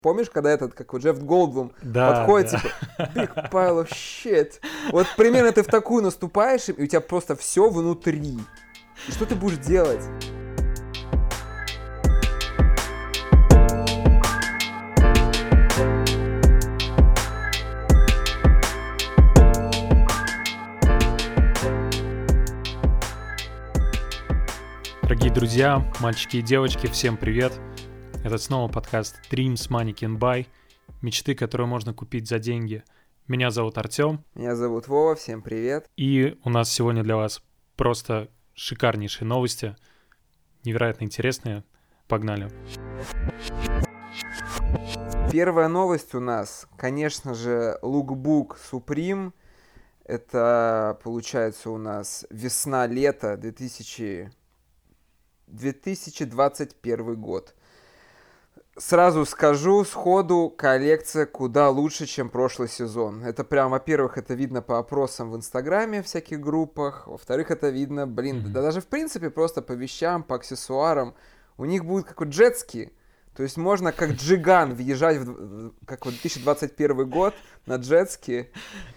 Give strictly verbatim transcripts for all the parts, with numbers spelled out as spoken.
Помнишь, когда этот, как вот Джефф Голдблум Да, подходит, да. типа, big pile of shit. Вот примерно ты в такую наступаешь, и у тебя просто все внутри. И что ты будешь делать? Дорогие друзья, мальчики и девочки, всем привет! Это снова подкаст Dreams Money Can Buy. Мечты, которые можно купить за деньги. Меня зовут Артём. Меня зовут Вова, всем привет. И у нас сегодня для вас просто шикарнейшие новости. Невероятно интересные. Погнали. Первая новость у нас, конечно же, лукбук Supreme. Это, получается, у нас весна-лето две тысячи двадцать первый год. Сразу скажу сходу, коллекция куда лучше, чем прошлый сезон. Это прям, во-первых, это видно по опросам в Инстаграме, в всяких группах. Во-вторых, это видно, блин, mm-hmm. да даже в принципе просто по вещам, по аксессуарам. У них будет как вот джетски. То есть можно как джиган въезжать в, как вот две тысячи двадцать первый год на джетски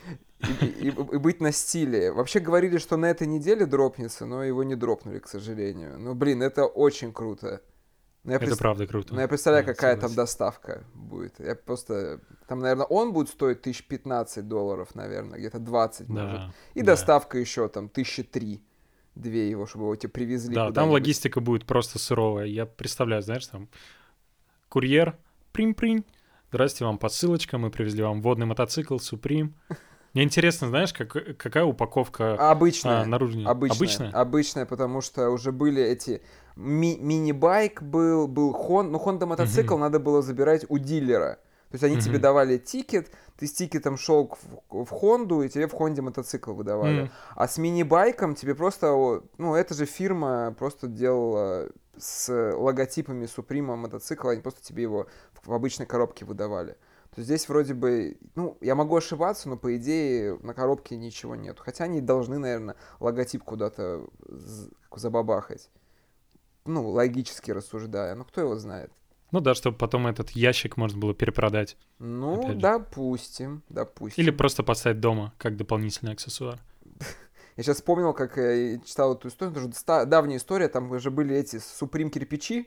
и, и, и быть на стиле. Вообще говорили, что на этой неделе дропнется, но его не дропнули, к сожалению. Но, блин, это очень круто. Но это пред... правда круто. Но я представляю, да, какая согласен. там доставка будет. Я просто... Там, наверное, он будет стоить тысяча пятнадцать долларов, наверное, где-то двадцать, да, может. И да. доставка еще там тысячи три. Две его, чтобы его тебе привезли Да, куда-нибудь. там логистика будет просто суровая. Я представляю, знаешь, там курьер, прим-прим. Здрасте, вам посылочка, мы привезли вам водный мотоцикл Supreme. Мне интересно, знаешь, как, какая упаковка обычная, а, наружная? Обычная, обычная? Обычная, потому что уже были эти... Ми- мини-байк был, был Honda, ну Honda мотоцикл uh-huh. надо было забирать у дилера. То есть они uh-huh. тебе давали тикет, ты с тикетом шел в, в Хонду, и тебе в Хонде мотоцикл выдавали. Uh-huh. А с мини-байком тебе просто... Ну, эта же фирма просто делала с логотипами Supreme мотоцикла, они просто тебе его в, в обычной коробке выдавали. То есть здесь вроде бы... Ну, я могу ошибаться, но по идее на коробке ничего нет. Хотя они должны, наверное, логотип куда-то забабахать. Ну, логически рассуждая. Ну, кто его знает? Ну да, чтобы потом этот ящик можно было перепродать. Ну, допустим, допустим. Или просто поставить дома, как дополнительный аксессуар. Я сейчас вспомнил, как я читал эту историю. Это уже давняя история. Там уже были эти Supreme кирпичи.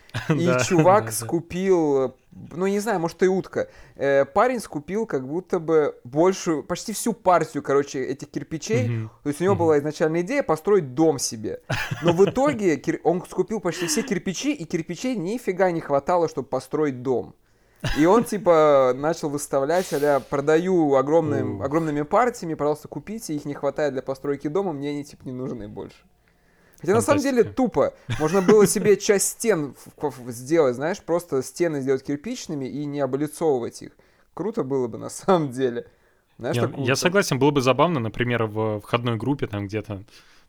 И да, чувак да, скупил, ну не знаю, может и утка, э, парень скупил как будто бы большую, почти всю партию, короче, этих кирпичей. Mm-hmm. То есть у него mm-hmm. была изначальная идея построить дом себе. Но в итоге кир... он скупил почти все кирпичи, и кирпичей нифига не хватало, чтобы построить дом. И он типа начал выставлять, а-ля, продаю огромным, огромными партиями, пожалуйста, купите, их не хватает для постройки дома, мне они типа не нужны больше. Хотя на самом деле тупо. Можно было себе часть стен сделать, знаешь, просто стены сделать кирпичными и не облицовывать их. Круто было бы на самом деле. Знаешь, я, такую, я согласен, было бы забавно, например, в входной группе там где-то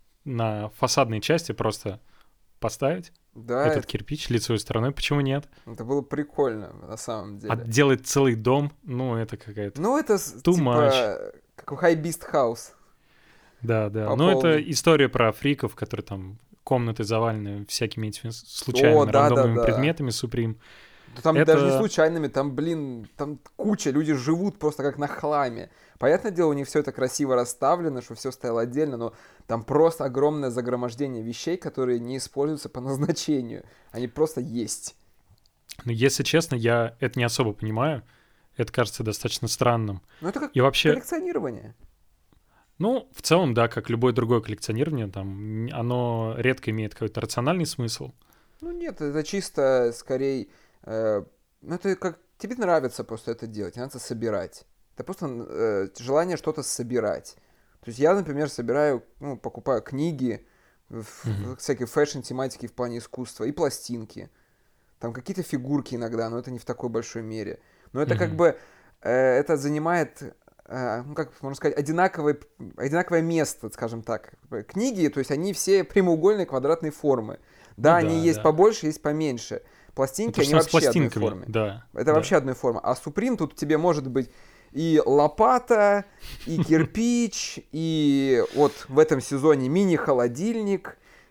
на фасадной части просто поставить да, этот это... кирпич лицевой стороной. Почему нет? Это было прикольно на самом деле. Отделать целый дом, ну это какая-то... Ну это too типа much. Как в High Beast House. Да, да. Ну, это история про фриков, которые там комнаты завалены всякими этими случайными, О, да, рандомными да, да. предметами Supreme. Да там это... даже не случайными, там, блин, там куча, люди живут просто как на хламе. Понятное дело, у них все это красиво расставлено, что все стояло отдельно, но там просто огромное загромождение вещей, которые не используются по назначению. Они просто есть. Ну, если честно, я это не особо понимаю. Это кажется достаточно странным. Ну, это как И вообще... коллекционирование. Ну, в целом, да, как любое другое коллекционирование, там, оно редко имеет какой-то рациональный смысл. Ну нет, это чисто, скорее, э, ну это как, тебе нравится просто это делать, не надо собирать. Это просто э, желание что-то собирать. То есть я, например, собираю, ну, покупаю книги, в, mm-hmm. всякие фэшн-тематики в плане искусства и пластинки. Там какие-то фигурки иногда, но это не в такой большой мере. Но это mm-hmm. как бы, э, это занимает... ну, как можно сказать, одинаковое, одинаковое место, скажем так. Книги, то есть они все прямоугольной квадратной формы. Да, ну, они да, есть да. побольше, есть поменьше. Пластинки, они вообще одной формы. Да, Это да. вообще одной формы. А Supreme тут тебе может быть и лопата, и кирпич, и вот в этом сезоне мини-холодильник,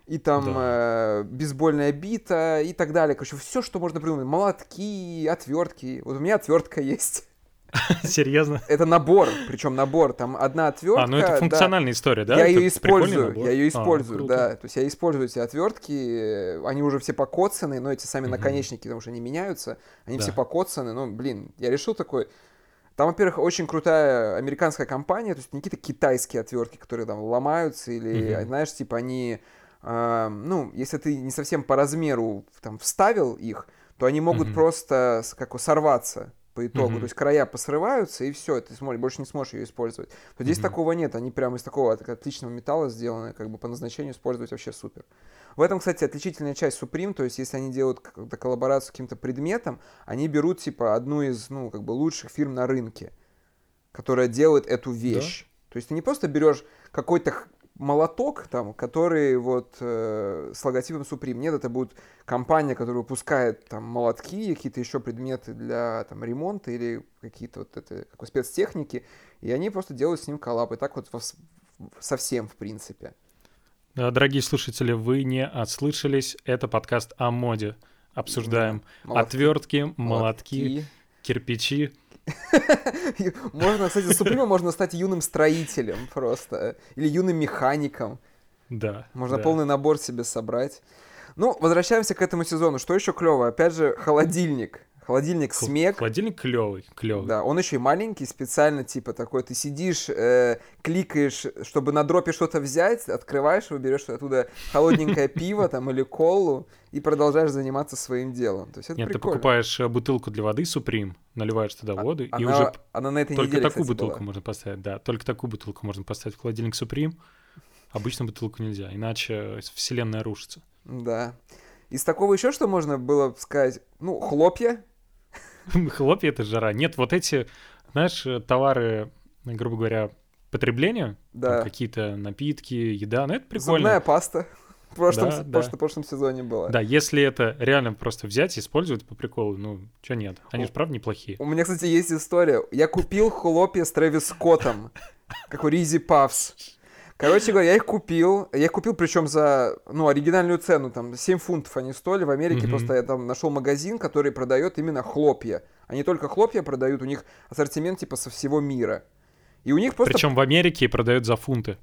и там Да. э, бейсбольная бита и так далее. Короче, все, что можно придумать. Молотки, отвертки. Вот у меня отвертка есть. Серьезно? Это набор, причем набор. Там одна отвертка. А, ну это функциональная да. история, да? Я это ее использую, я ее использую, а, да. То есть я использую эти отвертки, они уже все покоцаны, но эти сами угу. наконечники, потому что они меняются, они да. все покоцаны. Ну, блин, я решил такой... Там, во-первых, очень крутая американская компания, то есть не какие-то китайские отвертки, которые там ломаются, или, mm-hmm. знаешь, типа они, э, ну, если ты не совсем по размеру там вставил их, то они могут mm-hmm. просто как сорваться по итогу, mm-hmm. то есть края посрываются, и все, ты сможешь, больше не сможешь ее использовать. То здесь mm-hmm. такого нет, они прямо из такого отличного металла сделаны, как бы по назначению использовать вообще супер. В этом, кстати, отличительная часть Supreme, то есть если они делают какую-то коллаборацию с каким-то предметом, они берут, типа, одну из, ну, как бы лучших фирм на рынке, которая делает эту вещь. Да. То есть ты не просто берешь какой-то молоток, там, который вот э, с логотипом Supreme. Нет, это будет компания, которая выпускает там молотки, какие-то еще предметы для там ремонта или какие-то вот это, какой спецтехники, и они просто делают с ним коллаб. И так вот во, совсем, в принципе. Дорогие слушатели, вы не отслышались. Это подкаст о моде. Обсуждаем молотки. отвертки, молотки, молотки, кирпичи. Можно, кстати, с Supreme можно стать юным строителем просто. Или юным механиком. Да. Можно да. полный набор себе собрать. Ну, возвращаемся к этому сезону. Что еще клево? Опять же, холодильник. Холодильник Смек. Холодильник клевый, клевый. Да, он еще и маленький, специально типа такой. Ты сидишь, э, кликаешь, чтобы на дропе что-то взять, открываешь его, берешь оттуда холодненькое пиво там или колу и продолжаешь заниматься своим делом. То есть это Нет, прикольно. Ты покупаешь бутылку для воды Supreme, наливаешь туда воду, а, и она, уже она на этой только неделе, такую кстати, бутылку была. можно поставить. Да, только такую бутылку можно поставить в холодильник Supreme. Обычную бутылку нельзя, иначе вселенная рушится. Да. Из такого еще что можно было сказать? Ну, хлопья. Хлопья — это жара. Нет, вот эти, знаешь, товары, грубо говоря, потребления, да. какие-то напитки, еда, ну это прикольно. Зубная паста. В прошлом, да, в да. прошлом, прошлом сезоне была. Да, если это реально просто взять и использовать по приколу, ну, чё нет? Они же, правда, неплохие. У меня, кстати, есть история. Я купил хлопья с Трэвис Скоттом, как у Ризи Пафс. Короче говоря, я их купил. Я их купил, причем за, ну, оригинальную цену. Там семь фунтов они стоили в Америке. Mm-hmm. Просто я там нашел магазин, который продает именно хлопья. Они только хлопья продают, у них ассортимент типа со всего мира. И у них просто... Причем в Америке продают за фунты.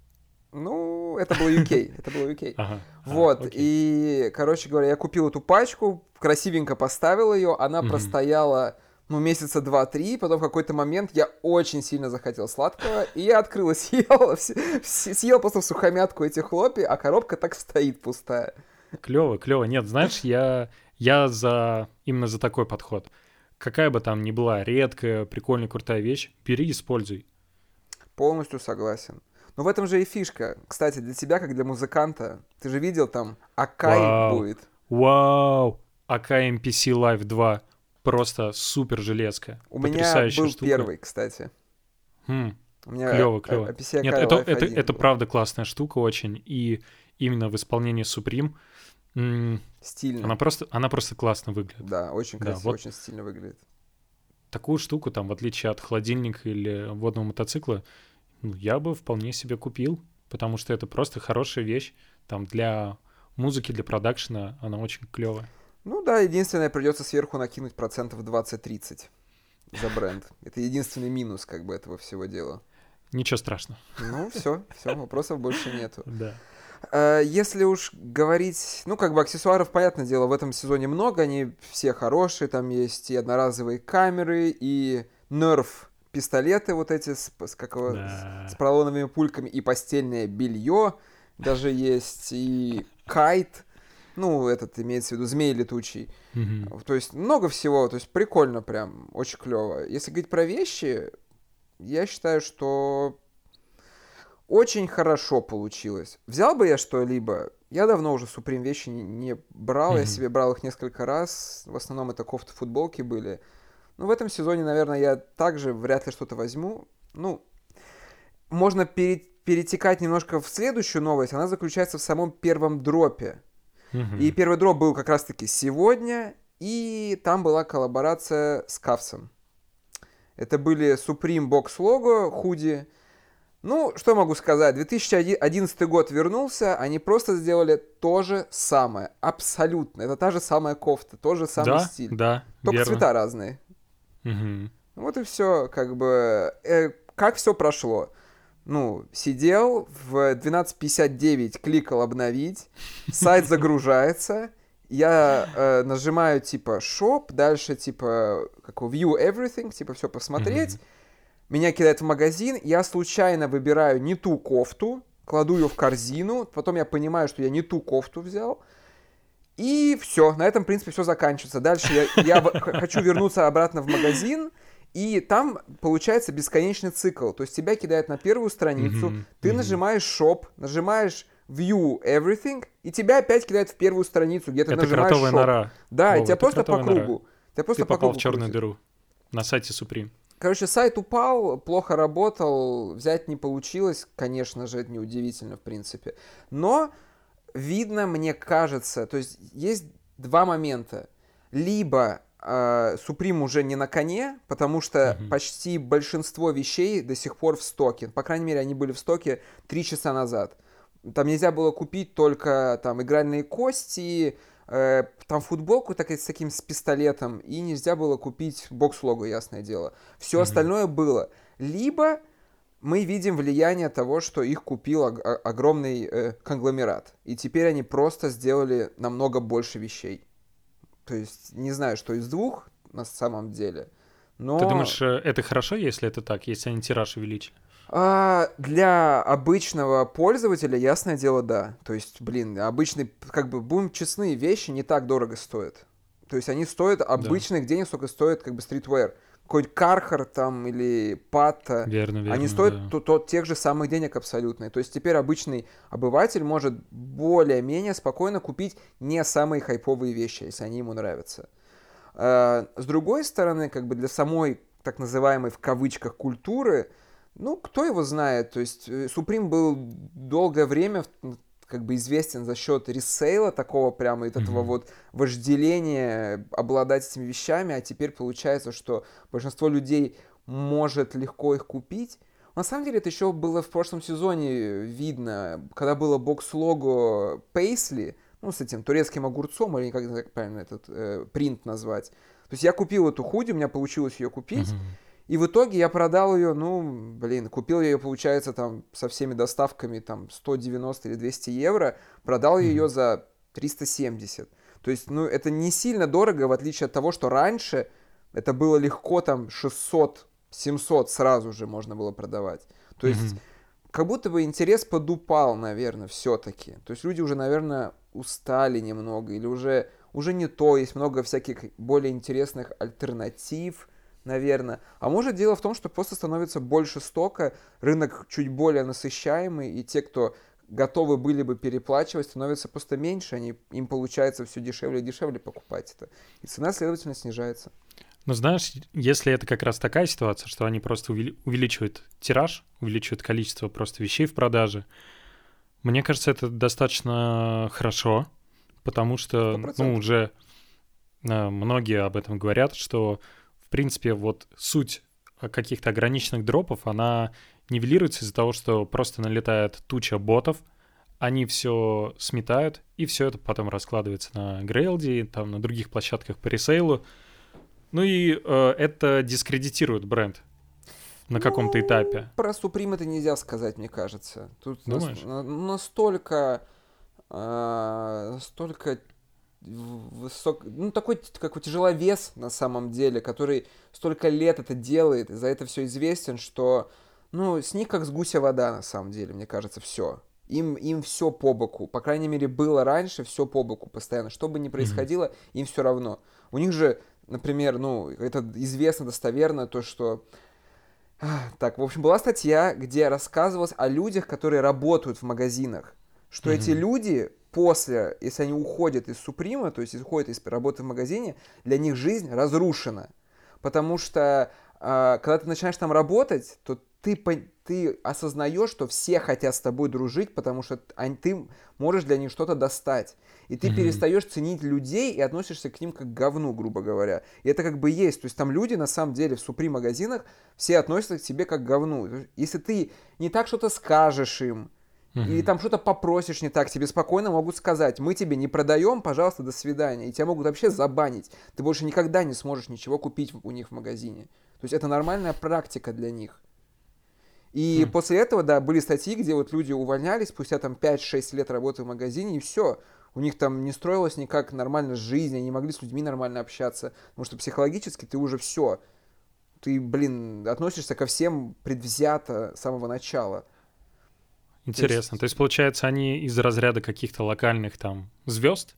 Ну, это было ю кей. Это было ю кей. Ага. Вот. А, и, короче говоря, я купил эту пачку, красивенько поставил ее. Она mm-hmm. простояла... ну, месяца два-три, потом в какой-то момент я очень сильно захотел сладкого, и я открыл и съел, съел просто в сухомятку эти хлопья, а коробка так стоит пустая. Клево, клево. Нет, знаешь, я, я за именно за такой подход. Какая бы там ни была редкая, прикольная, крутая вещь, бери, используй. Полностью согласен. Но в этом же и фишка. Кстати, для тебя, как для музыканта, ты же видел там, Акай Вау. будет. Вау! Акай эм пи си Live два. Просто супер железка. У меня был штука. первый, кстати. Хм. У меня клево, клево. эй пи си Нет, Akai это, Live это, один это был. правда классная штука очень. И именно в исполнении Supreme м- стильно. Она просто, она просто классно выглядит. Да, очень красиво, да, вот очень стильно выглядит. Такую штуку, там, в отличие от холодильника или водного мотоцикла, ну, я бы вполне себе купил, потому что это просто хорошая вещь. Там для музыки, для продакшена она очень клевая. Ну да, единственное, придется сверху накинуть процентов двадцать-тридцать за бренд. Это единственный минус как бы этого всего дела. Ничего страшного. Ну все, все, вопросов больше нету. Да. Если уж говорить, ну как бы аксессуаров, понятное дело, в этом сезоне много, они все хорошие, там есть и одноразовые камеры, и Nerf пистолеты вот эти с, с, как его, да. с, с поролоновыми пульками, и постельное белье, даже есть и кайт. Ну, этот имеется в виду змей летучий. Mm-hmm. То есть много всего, то есть прикольно прям, очень клево. Если говорить про вещи, я считаю, что очень хорошо получилось. Взял бы я что-либо, я давно уже Supreme вещи не, не брал, mm-hmm. я себе брал их несколько раз, в основном это кофты, футболки были. Но в этом сезоне, наверное, я также вряд ли что-то возьму. Ну, можно пере- перетекать немножко в следующую новость, она заключается в самом первом дропе. Uh-huh. И первый дроп был как раз-таки сегодня, и там была коллаборация с Кавсом. Это были Supreme Box Logo, худи. Ну, что я могу сказать? две тысячи одиннадцатый год вернулся, они просто сделали то же самое. Абсолютно. Это та же самая кофта, тот же самый Да, стиль. да, Только верно. цвета разные. Мгм. Вот и все, как бы. Э, как все прошло? Ну, сидел в двенадцать пятьдесят девять, кликал обновить, сайт загружается, я э, нажимаю типа shop, дальше типа как его, view everything, типа все посмотреть. Мгм. Меня кидает в магазин, я случайно выбираю не ту кофту, кладу ее в корзину, потом я понимаю, что я не ту кофту взял, и все, на этом, в принципе, все заканчивается. Дальше я, я в- х- хочу вернуться обратно в магазин, и там получается бесконечный цикл. То есть тебя кидают на первую страницу, Мгм. ты Мгм. нажимаешь shop, нажимаешь view everything, и тебя опять кидают в первую страницу, где ты Это нажимаешь кротовая shop. нора. Да, и Вова, тебя это просто по кротовая нора. кругу. Тебя Ты просто по попал в кругу черную крутят. дыру на сайте Supreme. Короче, сайт упал, плохо работал, взять не получилось, конечно же, это неудивительно, в принципе. Но видно, мне кажется, то есть есть два момента. Либо э, Supreme уже не на коне, потому что Мгм. почти большинство вещей до сих пор в стоке. По крайней мере, они были в стоке три часа назад. Там нельзя было купить только там игральные кости, э, там футболку так, с таким с пистолетом, и нельзя было купить бокс-лого, ясное дело. Все Мгм. остальное было. Либо мы видим влияние того, что их купил ог- о- огромный э, конгломерат. И теперь они просто сделали намного больше вещей. То есть не знаю, что из двух на самом деле. Ты Но думаешь, э, это хорошо, если это так, если они тираж увеличили? а, для обычного пользователя, ясное дело, да. То есть, блин, обычный, как бы, будем честны, вещи не так дорого стоят. То есть они стоят Да, обычных денег, сколько стоит как бы стритвер. Какой-нибудь Кархар там или Патта, верно, они верно, стоят да. то, то- тех же самых денег абсолютно. То есть теперь обычный обыватель может более-менее спокойно купить не самые хайповые вещи, если они ему нравятся. А, С другой стороны, как бы для самой так называемой в кавычках культуры, ну, кто его знает, то есть э, Supreme был долгое время в- как бы известен за счет ресейла такого прямо, и этого Мгм. вот вожделения обладать этими вещами, а теперь получается, что большинство людей может легко их купить. На самом деле это еще было в прошлом сезоне видно, когда было бокс-лого Пейсли, ну, с этим турецким огурцом, или как это правильно этот э, принт назвать. То есть я купил эту худи, у меня получилось ее купить, Мгм. и в итоге я продал ее, ну, блин, купил я ее, получается, там, со всеми доставками, там, сто девяносто или двести евро, продал ее Мгм. за триста семьдесят. То есть, ну, это не сильно дорого, в отличие от того, что раньше это было легко, там, шестьсот семьсот сразу же можно было продавать. То есть, Мгм. как будто бы интерес подупал, наверное, все-таки. То есть люди уже, наверное, устали немного, или уже, уже не то, есть много всяких более интересных альтернатив, наверное. А может дело в том, что просто становится больше стока, рынок чуть более насыщаемый, и те, кто готовы были бы переплачивать, становятся просто меньше, они, им получается все дешевле и дешевле покупать это. И цена, следовательно, снижается. Ну, знаешь, если это как раз такая ситуация, что они просто увели- увеличивают тираж, увеличивают количество просто вещей в продаже, мне кажется, это достаточно хорошо, потому Сто что, ну, процентов. уже э, многие об этом говорят, что, в принципе, вот суть э, каких-то ограниченных дропов, она нивелируется из-за того, что просто налетает туча ботов, они все сметают, и все это потом раскладывается на Grailed, там, на других площадках по ресейлу. Ну и э, это дискредитирует бренд на каком-то Ну, этапе. про Supreme это нельзя сказать, мне кажется. Тут нас- Думаешь? на- настолько, а, настолько высок, ну такой как бы тяжеловес на самом деле, который столько лет это делает, и за это все известен, что, ну, с них как с гуся вода на самом деле, мне кажется, все. Им, им все по боку. По крайней мере, было раньше все по боку постоянно. Что бы ни Мгм. происходило, им все равно. У них же, например, ну, это известно достоверно, то, что так, в общем, была статья, где рассказывалось о людях, которые работают в магазинах. Что эти Мгм. люди после, если они уходят из Суприма, то есть уходят из работы в магазине, для них жизнь разрушена. Потому что а, когда ты начинаешь там работать, то ты, ты осознаешь, что все хотят с тобой дружить, потому что они, ты можешь для них что-то достать. И ты mm-hmm. перестаешь ценить людей и относишься к ним как к говну, грубо говоря. И это как бы есть. То есть там люди, на самом деле, в Supreme магазинах все относятся к тебе как к говну. Если ты не так что-то скажешь им, mm-hmm. или там что-то попросишь не так, тебе спокойно могут сказать: мы тебе не продаем, пожалуйста, до свидания. И тебя могут вообще забанить. Ты больше никогда не сможешь ничего купить у них в магазине. То есть это нормальная практика для них. И mm. после этого, да, были статьи, где вот люди увольнялись спустя там пять-шесть лет работы в магазине, и все. У них там не строилась никак нормально жизнь, они не могли с людьми нормально общаться. Потому что психологически ты уже все. Ты, блин, относишься ко всем предвзято с самого начала. Интересно. То есть, То есть получается, они из разряда каких-то локальных там звезд,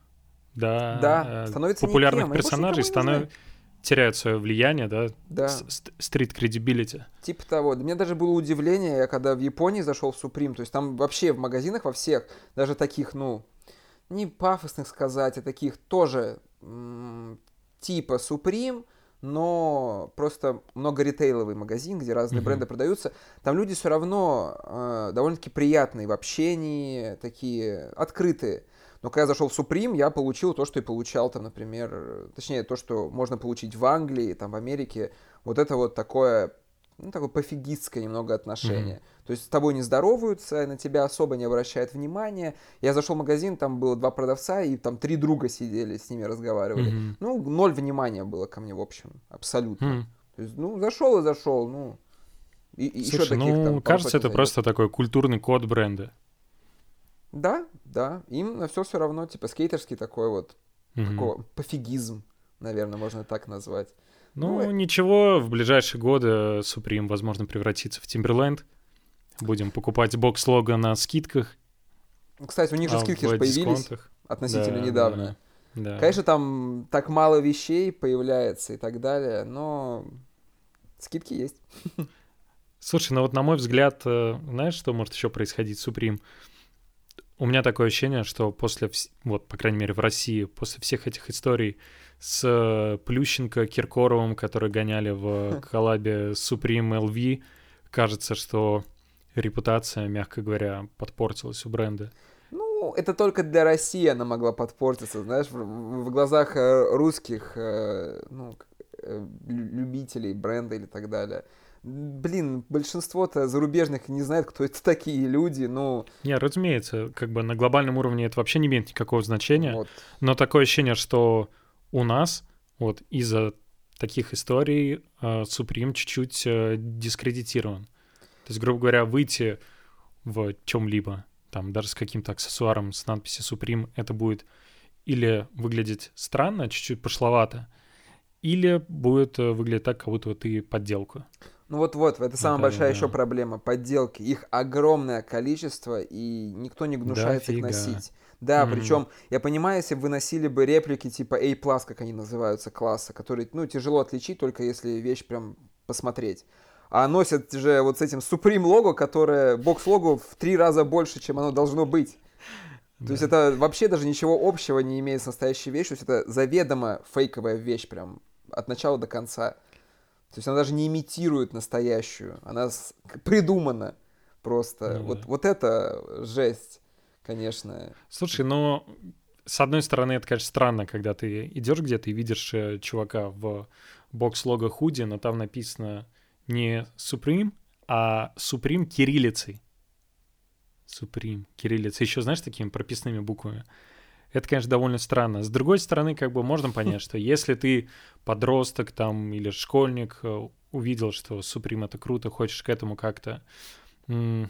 да, да, становятся популярных никем. персонажей, становятся... теряют свое влияние, да, да. стрит-кредибилити. Типа того. Да, мне даже было удивление, я когда в Японии зашел в Supreme, то есть там вообще в магазинах во всех, даже таких, ну, не пафосных сказать, а таких тоже м- типа Supreme, но просто много ритейловый магазин, где разные mm-hmm. бренды продаются. Там люди все равно э, довольно-таки приятные в общении, такие открытые. Но когда я зашел в Supreme, я получил то, что и получал там, например, точнее, то, что можно получить в Англии, там, в Америке. Вот это вот такое, ну, такое пофигистское немного отношение. Mm-hmm. То есть с тобой не здороваются, на тебя особо не обращают внимания. Я зашел в магазин, там было два продавца, и там три друга сидели, с ними разговаривали. Mm-hmm. Ну, ноль внимания было ко мне, в общем, абсолютно. Mm-hmm. То есть, ну, зашел и зашел, ну. И, Слушай, еще таких, ну, там, кажется, это зайдет. Просто такой культурный код бренда. Да, да, им на все все равно, типа скейтерский такой вот, mm-hmm. такой пофигизм, наверное, можно так назвать. Ну, ну ничего, в ближайшие годы Supreme, возможно, превратится в Timberland. Будем покупать бокс-лого на скидках. Кстати, у них же а скидки же появились дисконтах. Относительно да, недавно. Да, да. Конечно, там так мало вещей появляется и так далее, но скидки есть. Слушай, ну вот на мой взгляд, знаешь, что может еще происходить с Supreme? У меня такое ощущение, что после, вот, по крайней мере, в России, после всех этих историй с Плющенко, Киркоровым, которые гоняли в коллабе с Supreme эл ви, кажется, что репутация, мягко говоря, подпортилась у бренда. Ну, это только для России она могла подпортиться, знаешь, в, в глазах русских, ну, любителей бренда или так далее. Блин, большинство-то зарубежных не знает, кто это такие люди, ну... Не, разумеется, как бы на глобальном уровне это вообще не имеет никакого значения, вот. Но такое ощущение, что у нас вот из-за таких историй uh, Supreme чуть-чуть uh, дискредитирован. То есть, грубо говоря, выйти в чем-либо, там, даже с каким-то аксессуаром с надписью Supreme, это будет или выглядеть странно, чуть-чуть пошловато, или будет uh, выглядеть так, как будто ты подделку. Ну вот-вот, это самая это, большая да. еще проблема. Подделки. Их огромное количество, и никто не гнушается да, их носить. Да, mm-hmm. причем, я понимаю, если бы вы носили бы реплики типа A+, как они называются, класса, которые, ну, тяжело отличить, только если вещь прям посмотреть. А носят же вот с этим Supreme лого, которое, бокс-лого в три раза больше, чем оно должно быть. Да. То есть это вообще даже ничего общего не имеет с настоящей вещью. То есть это заведомо фейковая вещь прям от начала до конца. То есть она даже не имитирует настоящую, она с... придумана просто. Ну, вот, да. вот это жесть, конечно. Слушай, ну, с одной стороны, это, конечно, странно, когда ты идешь где-то и видишь чувака в бокс-лого худи, но там написано не Supreme, а Supreme кириллицей. Supreme кириллицей. Еще, знаешь, такими прописными буквами. Это, конечно, довольно странно. С другой стороны, как бы можно понять, что если ты подросток там или школьник, увидел, что Supreme — это круто, хочешь к этому как-то м-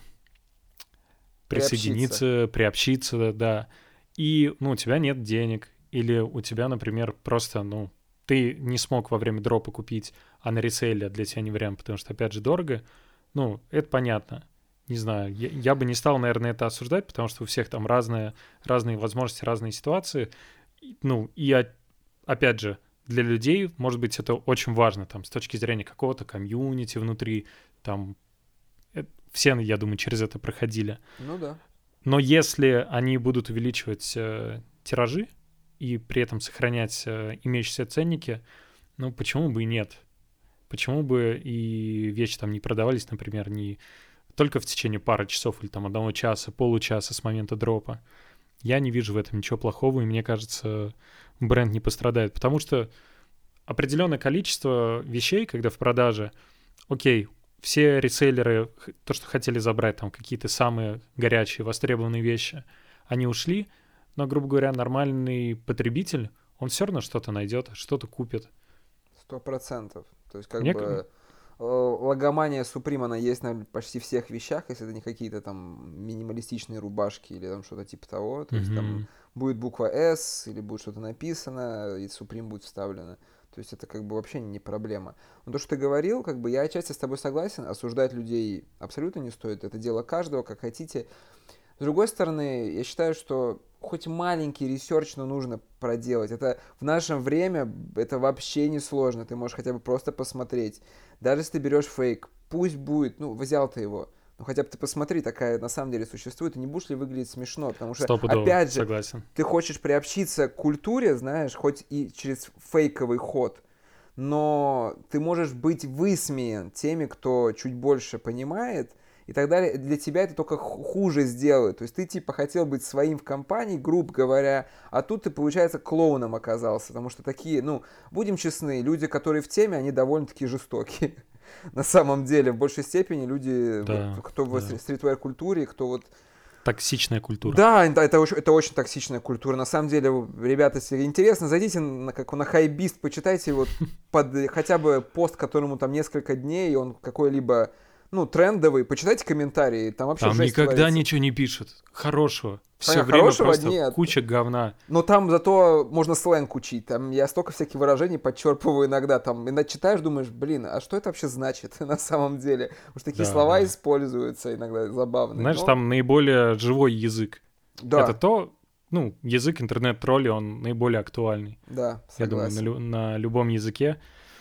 присоединиться, приобщиться. приобщиться, да, и, ну, у тебя нет денег, или у тебя, например, просто, ну, ты не смог во время дропа купить, а на ресейле для тебя не вариант, потому что, опять же, дорого, ну, это понятно. Не знаю, я, я бы не стал, наверное, это осуждать, потому что у всех там разные, разные возможности, разные ситуации. Ну, и опять же, для людей, может быть, это очень важно, там, с точки зрения какого-то комьюнити внутри, там, это, все, я думаю, через это проходили. Ну да. Но если они будут увеличивать э, тиражи и при этом сохранять э, имеющиеся ценники, ну, почему бы и нет? почему бы и вещи там не продавались, например, не только в течение пары часов или там одного часа, получаса с момента дропа. Я не вижу в этом ничего плохого, и мне кажется, бренд не пострадает, потому что определенное количество вещей, когда в продаже, окей, все ресейлеры, то, что хотели забрать, там какие-то самые горячие, востребованные вещи, они ушли, но, грубо говоря, нормальный потребитель, он все равно что-то найдет, что-то купит. Сто процентов. То есть как Мне... бы логомания Supreme, она есть на почти всех вещах, если это не какие-то там минималистичные рубашки или там что-то типа того. То mm-hmm. есть там будет буква S или будет что-то написано, и Supreme будет вставлено. То есть это как бы вообще не проблема. Но то, что ты говорил, как бы я отчасти с тобой согласен, осуждать людей абсолютно не стоит. Это дело каждого, как хотите. С другой стороны, я считаю, что хоть маленький ресерч, но нужно проделать. Это в наше время, это вообще не сложно. Ты можешь хотя бы просто посмотреть. Даже если ты берешь фейк, пусть будет, ну, взял ты его, ну, хотя бы ты посмотри, такая на самом деле существует, и не будешь ли выглядеть смешно, потому что, Стопудово, опять же, согласен. Ты хочешь приобщиться к культуре, знаешь, хоть и через фейковый ход, но ты можешь быть высмеян теми, кто чуть больше понимает, и тогда для тебя это только хуже сделает. То есть ты типа хотел быть своим в компании, грубо говоря, а тут ты, получается, клоуном оказался. Потому что такие, ну, будем честны, люди, которые в теме, они довольно-таки жестокие. На самом деле, в большей степени люди, да, вот, кто да. в стритвейр-культуре, кто вот... Токсичная культура. Да, это, это, очень, это очень токсичная культура. На самом деле, ребята, если интересно, зайдите на, как, на Хайбист, почитайте вот под хотя бы пост, которому там несколько дней, и он какой-либо... Ну, трендовый, почитайте комментарии, там вообще там жесть никогда творится. Ничего не пишут. Хорошего. Все а, время хорошего? просто Нет. куча говна. Но там зато можно сленг учить. Там я столько всяких выражений подчерпываю иногда. Там иногда читаешь, думаешь, блин, а что это вообще значит на самом деле? Потому что такие да, слова да. используются иногда забавные. Знаешь, но... там наиболее живой язык. Да. Это то, ну, язык интернет-тролли, он наиболее актуальный. Да, согласен. Я думаю, на, лю- на любом языке.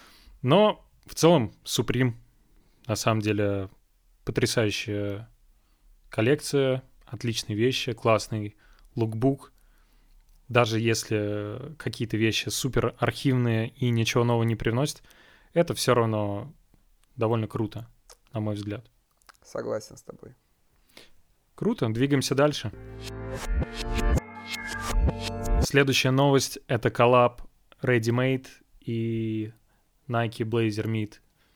Но в целом Supreme, на самом деле... Потрясающая коллекция, отличные вещи, классный лукбук. Даже если какие-то вещи супер архивные и ничего нового не привносят, это все равно довольно круто, на мой взгляд. Согласен с тобой. Круто, двигаемся дальше. Следующая новость — это коллаб Ready Made и Nike Blazer Mid.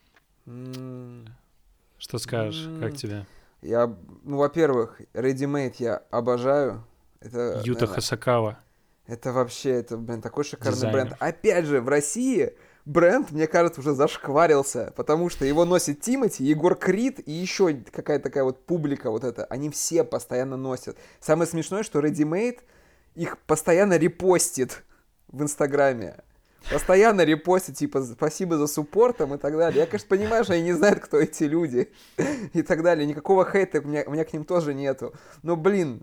Mm. Что скажешь, mm. как тебе? Я, ну, во-первых, Ready Made я обожаю. Это, Юта наверное, Хасакава. Это вообще, это, блин, такой шикарный Дизайнер. бренд. Опять же, в России бренд, мне кажется, уже зашкварился, потому что его носит Тимати, Егор Крид и еще какая-то такая вот публика вот эта. Они все постоянно носят. Самое смешное, что Ready Made их постоянно репостит в Инстаграме. Постоянно репостит, типа, спасибо за суппортом и так далее. Я, конечно, понимаю, что они не знают, кто эти люди и так далее. Никакого хейта у меня, у меня к ним тоже нету. Но, блин,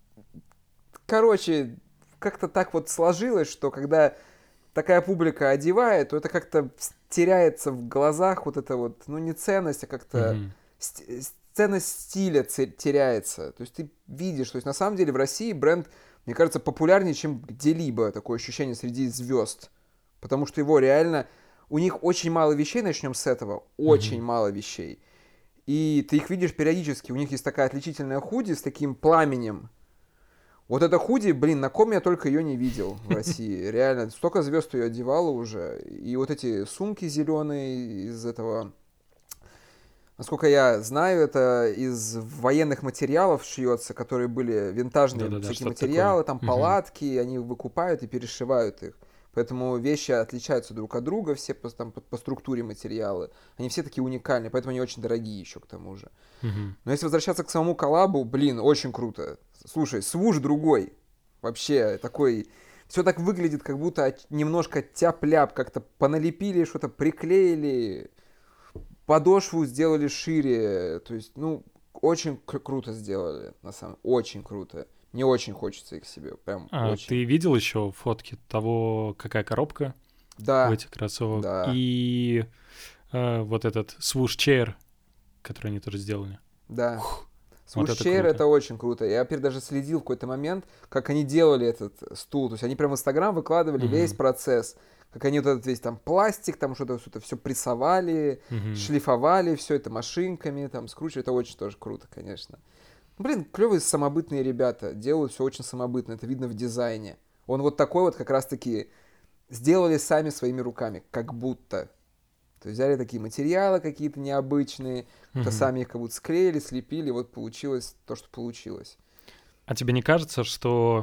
короче, как-то так вот сложилось, что когда такая публика одевает, то это как-то теряется в глазах вот это вот, ну, не ценность, а как-то mm-hmm. ст- ценность стиля теряется. То есть ты видишь, то есть на самом деле в России бренд, мне кажется, популярнее, чем где-либо, такое ощущение среди звезд. Потому что его реально... У них очень мало вещей, начнем с этого. Очень mm-hmm. мало вещей. И ты их видишь периодически. У них есть такая отличительная худи с таким пламенем. Вот эта худи, блин, на ком я только ее не видел в России. Реально, столько звезд ее одевало уже. И вот эти сумки зеленые из этого... Насколько я знаю, это из военных материалов шьется, которые были винтажные Да-да-да, всякие материалы, там угу. палатки, они выкупают и перешивают их. Поэтому вещи отличаются друг от друга, все по, там, по, по структуре материалы. Они все такие уникальные, поэтому они очень дорогие еще к тому же. Угу. Но если возвращаться к самому коллабу, блин, очень круто. Слушай, свуш другой. Вообще такой... Все так выглядит, как будто немножко тяп-ляп, как-то поналепили, что-то приклеили, подошву сделали шире. То есть, ну, очень к- круто сделали, на самом деле. Очень круто. Не очень хочется их себе, прям а, очень. Ты видел еще фотки того, какая коробка да. у этих кроссовок? Да. И э, вот этот swoosh chair, который они тоже сделали. Да. Фух, swoosh вот chair — это очень круто. Я теперь даже следил в какой-то момент, как они делали этот стул. То есть они прям в Инстаграм выкладывали mm-hmm. весь процесс. как они вот этот весь там пластик, там что-то, что-то все прессовали, Мгм. шлифовали, все это машинками, там скручивали, это очень тоже круто, конечно. Блин, клевые самобытные ребята, делают все очень самобытно, это видно в дизайне. Он вот такой вот как раз-таки сделали сами своими руками, как будто. То есть взяли такие материалы какие-то необычные, как-то Мгм. сами их как будто склеили, слепили, вот получилось то, что получилось. А тебе не кажется, что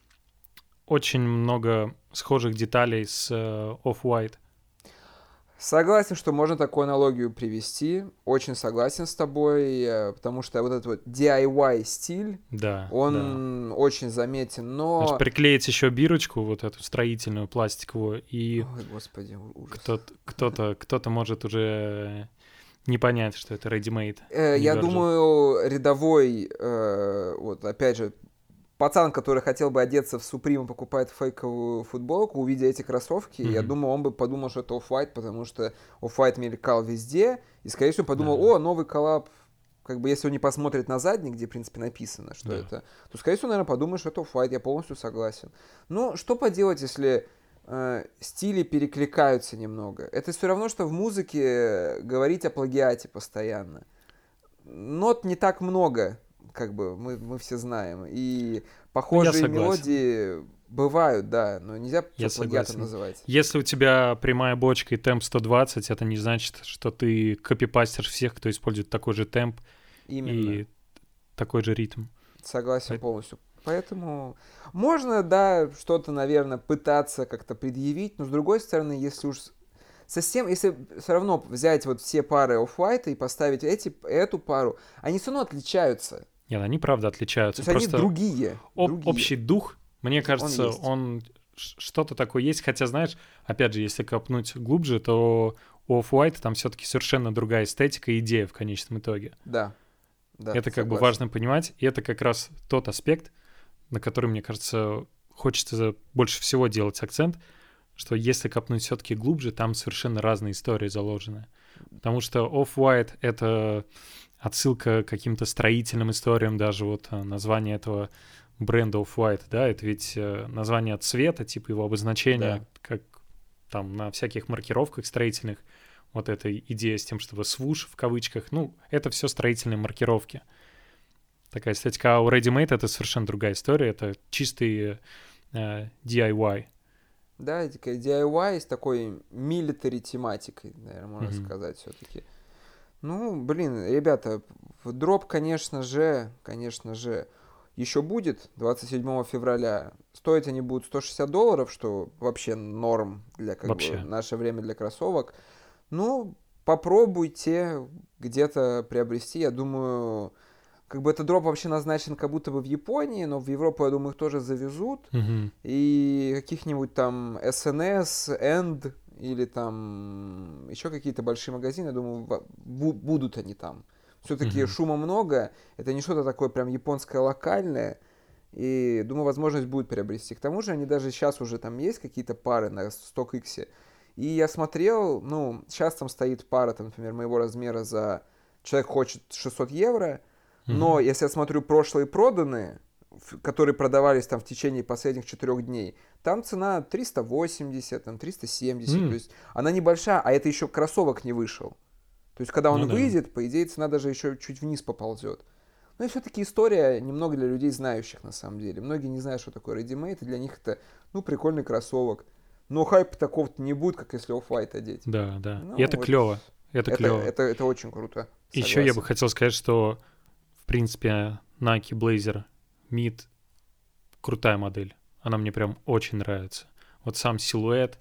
очень много схожих деталей с э, Off-White? Согласен, что можно такую аналогию привести. Очень согласен с тобой, э, потому что вот этот вот ди ай вай стиль, Да, да. он очень заметен, Знаешь, но... приклеить еще бирочку, вот эту строительную, пластиковую, и Ой, господи, у- ужас. кто-то, кто-то, кто-то может уже не понять, что это ready-made. Э, не Я Virgil. думаю, рядовой, э, вот опять же, пацан, который хотел бы одеться в Supreme и покупает фейковую футболку, увидя эти кроссовки, я Мгм. думаю, он бы подумал, что это Off-White, потому что Off-White мелькал везде, и, скорее всего, подумал, Да. о, новый коллаб. Как бы, если он не посмотрит на задник, где, в принципе, написано, что Да. это, то, скорее всего, наверное, подумает, что это Off-White, я полностью согласен. Но что поделать, если э, стили перекликаются немного? Это все равно, что в музыке говорить о плагиате постоянно. Нот не так много, как бы мы, мы все знаем. И похожие согласен. мелодии бывают, да, но нельзя Я всё плагиатом согласен. называть. Если у тебя прямая бочка и темп сто двадцать, это не значит, что ты копипастишь всех, кто использует такой же темп Именно. и такой же ритм. Согласен Поэт- полностью. Поэтому можно, да, что-то, наверное, пытаться как-то предъявить, но с другой стороны, если уж совсем, если все равно взять вот все пары Off-White и поставить эти, эту пару, они все равно отличаются. Нет, они правда То отличаются. есть они Просто другие. об- другие. общий дух, мне кажется, есть. он ш- что-то такое есть. Хотя, знаешь, опять же, если копнуть глубже, то у Off-White там все-таки совершенно другая эстетика и идея в конечном итоге. Да. Да, Это как бы согласен. важно понимать, и это как раз тот аспект, на который, мне кажется, хочется больше всего делать акцент, что если копнуть все-таки глубже, там совершенно разные истории заложены. Потому что Off-White — это отсылка к каким-то строительным историям, даже вот э, название этого бренда Off-White, да, это ведь э, название цвета, типа его обозначения, Да. как там на всяких маркировках строительных, вот эта идея с тем, чтобы свуш в кавычках, ну, это все строительные маркировки. Такая эстетика. А у Ready-Made это совершенно другая история, это чистый э, ди ай вай. Да, такая ди ай вай с такой милитари тематикой, наверное, можно Мгм. сказать все-таки. Ну, блин, ребята, в дроп, конечно же, конечно же, еще будет двадцать седьмого февраля. Стоить они будут сто шестьдесят долларов, что вообще норм для как Вообще. бы наше время для кроссовок. Ну, попробуйте где-то приобрести. Я думаю, как бы этот дроп вообще назначен как будто бы в Японии, но в Европу, я думаю, их тоже завезут. Мгм. И каких-нибудь там эс эн эс, End или там еще какие-то большие магазины, я думаю, во- бу- будут они там. Все-таки Мгм. шума много, это не что-то такое прям японское локальное, и думаю, возможность будет приобрести. К тому же они даже сейчас уже там есть какие-то пары на StockX, и я смотрел, ну, сейчас там стоит пара, там, например, моего размера за... Человек хочет шестьсот евро, но Мгм. если я смотрю прошлые проданные, в- которые продавались там в течение последних четырех дней, там цена триста восемьдесят, там триста семьдесят, М. то есть она небольшая, а это еще кроссовок не вышел. То есть когда он Ну да. выйдет, по идее, цена даже еще чуть вниз поползет. Ну и все-таки история немного для людей знающих на самом деле. Многие не знают, что такое ready-made, и для них это, ну, прикольный кроссовок. Но хайпа такого-то не будет, как если Off-White одеть. Да, да. Ну, И это вот клево. Это, Это, клево. это, это очень круто. Еще я бы Согласен. хотел сказать, что, в принципе, Nike Blazer Mid крутая модель. Она мне прям очень нравится. Вот сам силуэт.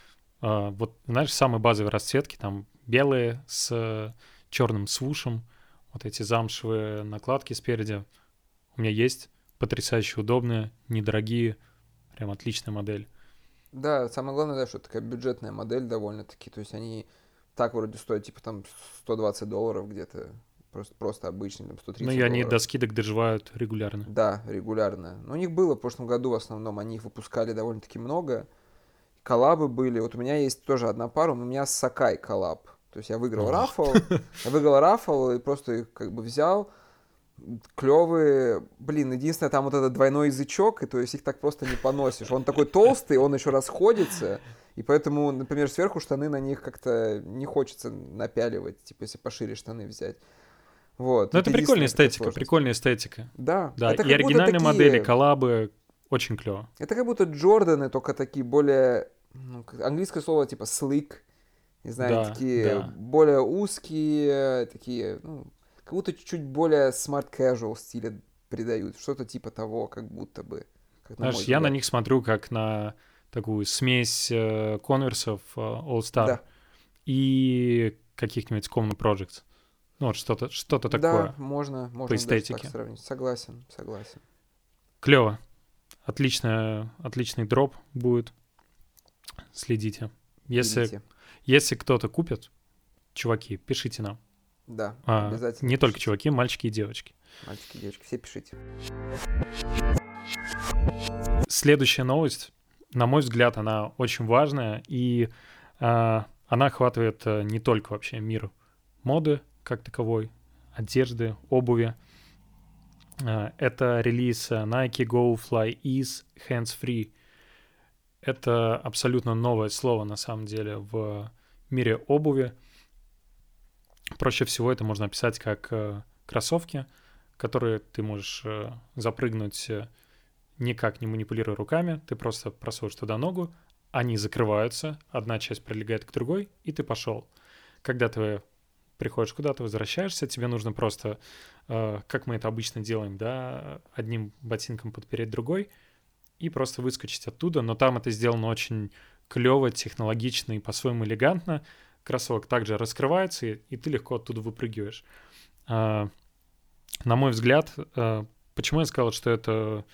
а, вот, знаешь, самые базовые расцветки, там белые с черным свушем, вот эти замшевые накладки спереди. У меня есть потрясающе удобные, недорогие, прям отличная модель. Да, самое главное, да, что такая бюджетная модель довольно-таки. То есть они так вроде стоят типа там сто двадцать долларов где-то. Просто, просто обычный, там сто Ну тридцать и они долларов. до скидок доживают регулярно. Да, регулярно. Но у них было в прошлом году в основном, они их выпускали довольно-таки много. Коллабы были. Вот у меня есть тоже одна пара, у меня с Сакай коллаб. То есть я выиграл О. рафл, я выиграл рафл и просто их как бы взял. Клевые. Блин, единственное, там вот этот двойной язычок, и то есть их так просто не поносишь. Он такой толстый, он еще расходится, и поэтому, например, сверху штаны на них как-то не хочется напяливать, типа, если пошире штаны взять. Вот. Ну, это прикольная эстетика, прикольная эстетика. Да. Да, и оригинальные такие... модели, коллабы, очень клево. Это как будто Джорданы, только такие более... Ну, английское слово типа slick, не знаю, да, такие да. более узкие, такие, ну, как будто чуть-чуть более smart casual стиля придают. Что-то типа того, как будто бы. Как на Знаешь, я на них смотрю как на такую смесь э, конверсов э, All Star да. и каких-нибудь Common Projects. Ну, вот что-то, что-то такое. Да, можно, можно по эстетике. Даже так сравнить. Согласен, согласен. Клево. Отличная, отличный дроп будет. Следите. Если, если кто-то купит, чуваки, пишите нам. Да, а, обязательно. Не пишите. только чуваки, мальчики и девочки. Мальчики и девочки, все пишите. Следующая новость, на мой взгляд, она очень важная, и а, она охватывает а, не только вообще мир моды как таковой, одежды, обуви. А, это релиз Nike Go Fly Ease Hands Free. Это абсолютно новое слово, на самом деле, в мире обуви. Проще всего это можно описать как э, кроссовки, которые ты можешь э, запрыгнуть, э, никак не манипулируя руками. Ты просто просовываешь туда ногу, они закрываются, одна часть прилегает к другой, и ты пошел. Когда ты приходишь куда-то, возвращаешься, тебе нужно просто, э, как мы это обычно делаем, да, одним ботинком подпереть другой, и просто выскочить оттуда, но там это сделано очень клево, технологично и по-своему элегантно. Кроссовок также раскрывается, и, и ты легко оттуда выпрыгиваешь. А, на мой взгляд, а, почему я сказал, что это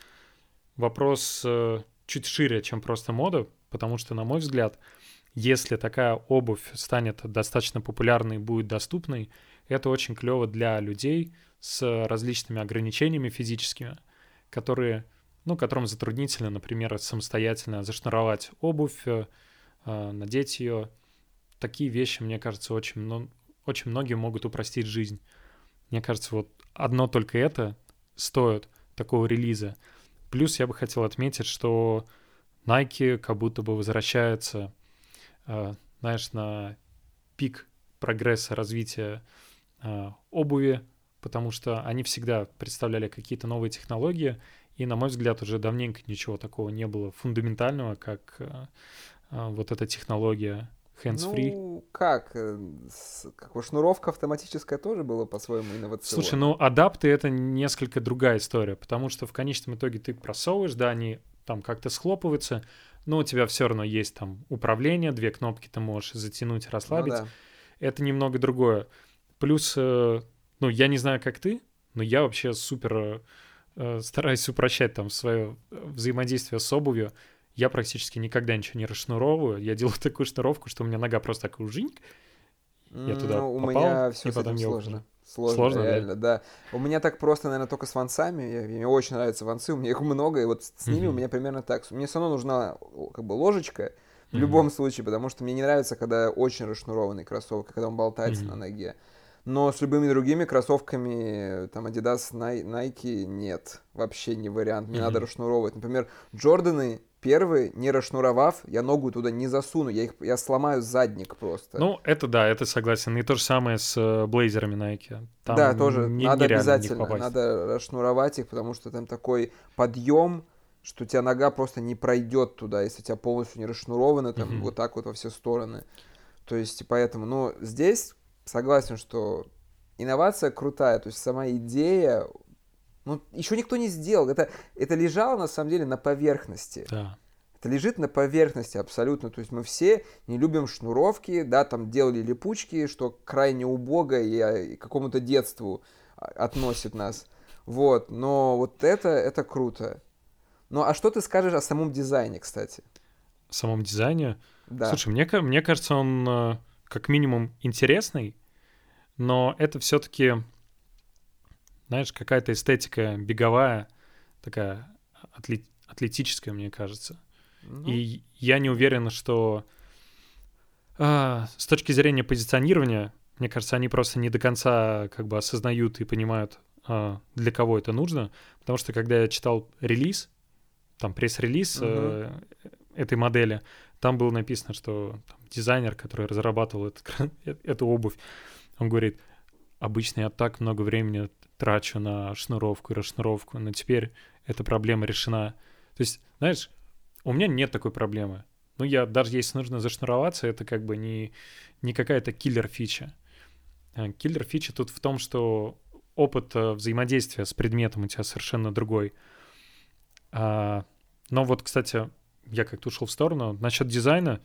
вопрос а, чуть шире, чем просто мода, потому что, на мой взгляд, если такая обувь станет достаточно популярной и будет доступной, это очень клево для людей с различными ограничениями физическими, которые... ну, которым затруднительно, например, самостоятельно зашнуровать обувь, э, надеть ее. Такие вещи, мне кажется, очень, ну, очень многие могут упростить жизнь. Мне кажется, вот одно только это стоит такого релиза. Плюс я бы хотел отметить, что Nike как будто бы возвращается, э, знаешь, на пик прогресса развития э, обуви, потому что они всегда представляли какие-то новые технологии, и, на мой взгляд, уже давненько ничего такого не было фундаментального, как а, а, вот эта технология hands-free. Ну, как? С, как бы шнуровка автоматическая тоже была по-своему инновационная. Слушай, ну, адапты — это несколько другая история, потому что в конечном итоге ты просовываешь, да, они там как-то схлопываются, но у тебя все равно есть там управление, две кнопки ты можешь затянуть, расслабить. Ну, да. Это немного другое. Плюс, э, ну, я не знаю, как ты, но я вообще супер... стараюсь упрощать там свое взаимодействие с обувью. Я практически никогда ничего не расшнуровываю. Я делаю такую шнуровку, что у меня нога просто такой ужиньк. Я туда ну, попал, у меня все и с потом этим я сложно. Сложно, сложно, реально, да? да. У меня так просто, наверное, только с вансами. Я, мне очень нравятся вансы, у меня их много, и вот с ними mm-hmm. у меня примерно так. Мне все равно нужна как бы ложечка в mm-hmm. любом случае, потому что мне не нравится, когда очень расшнурованный кроссовок, когда он болтается mm-hmm. на ноге. Но с любыми другими кроссовками, там, Adidas, Nike, нет. Вообще не вариант. Мне mm-hmm. надо расшнуровывать. Например, Джорданы первые, не расшнуровав, я ногу туда не засуну. Я, их, я сломаю задник просто. Ну, это да, это согласен. И то же самое с э, блейзерами Nike. Там да, тоже. Не, надо обязательно. Надо расшнуровать их, потому что там такой подъем, что у тебя нога просто не пройдет туда, если у тебя полностью не расшнуровано, там, mm-hmm. вот так вот во все стороны. То есть, поэтому, ну, здесь... Согласен, что инновация крутая, то есть сама идея, ну, еще никто не сделал, это, это лежало на самом деле на поверхности. Да. Это лежит на поверхности абсолютно, то есть мы все не любим шнуровки, да, там делали липучки, что крайне убого и, и к какому-то детству относит нас, вот, но вот это, это круто. Ну, а что ты скажешь о самом дизайне, кстати? В самом дизайне? Да. Слушай, мне, мне кажется, он... как минимум интересный, но это все-таки, знаешь, какая-то эстетика беговая, такая атлет, атлетическая, мне кажется. Ну. И я не уверен, что а, с точки зрения позиционирования, мне кажется, они просто не до конца как бы осознают и понимают для кого это нужно, потому что когда я читал релиз, там пресс-релиз uh-huh. этой модели, там было написано, что там, дизайнер, который разрабатывал этот, эту обувь, он говорит, обычно я так много времени трачу на шнуровку и расшнуровку, но теперь эта проблема решена. То есть, знаешь, у меня нет такой проблемы. Ну, я даже если нужно зашнуроваться, это как бы не, не какая-то киллер-фича. Киллер-фича тут в том, что опыт взаимодействия с предметом у тебя совершенно другой. А, но вот, кстати, я как-то ушел в сторону. Насчет дизайна.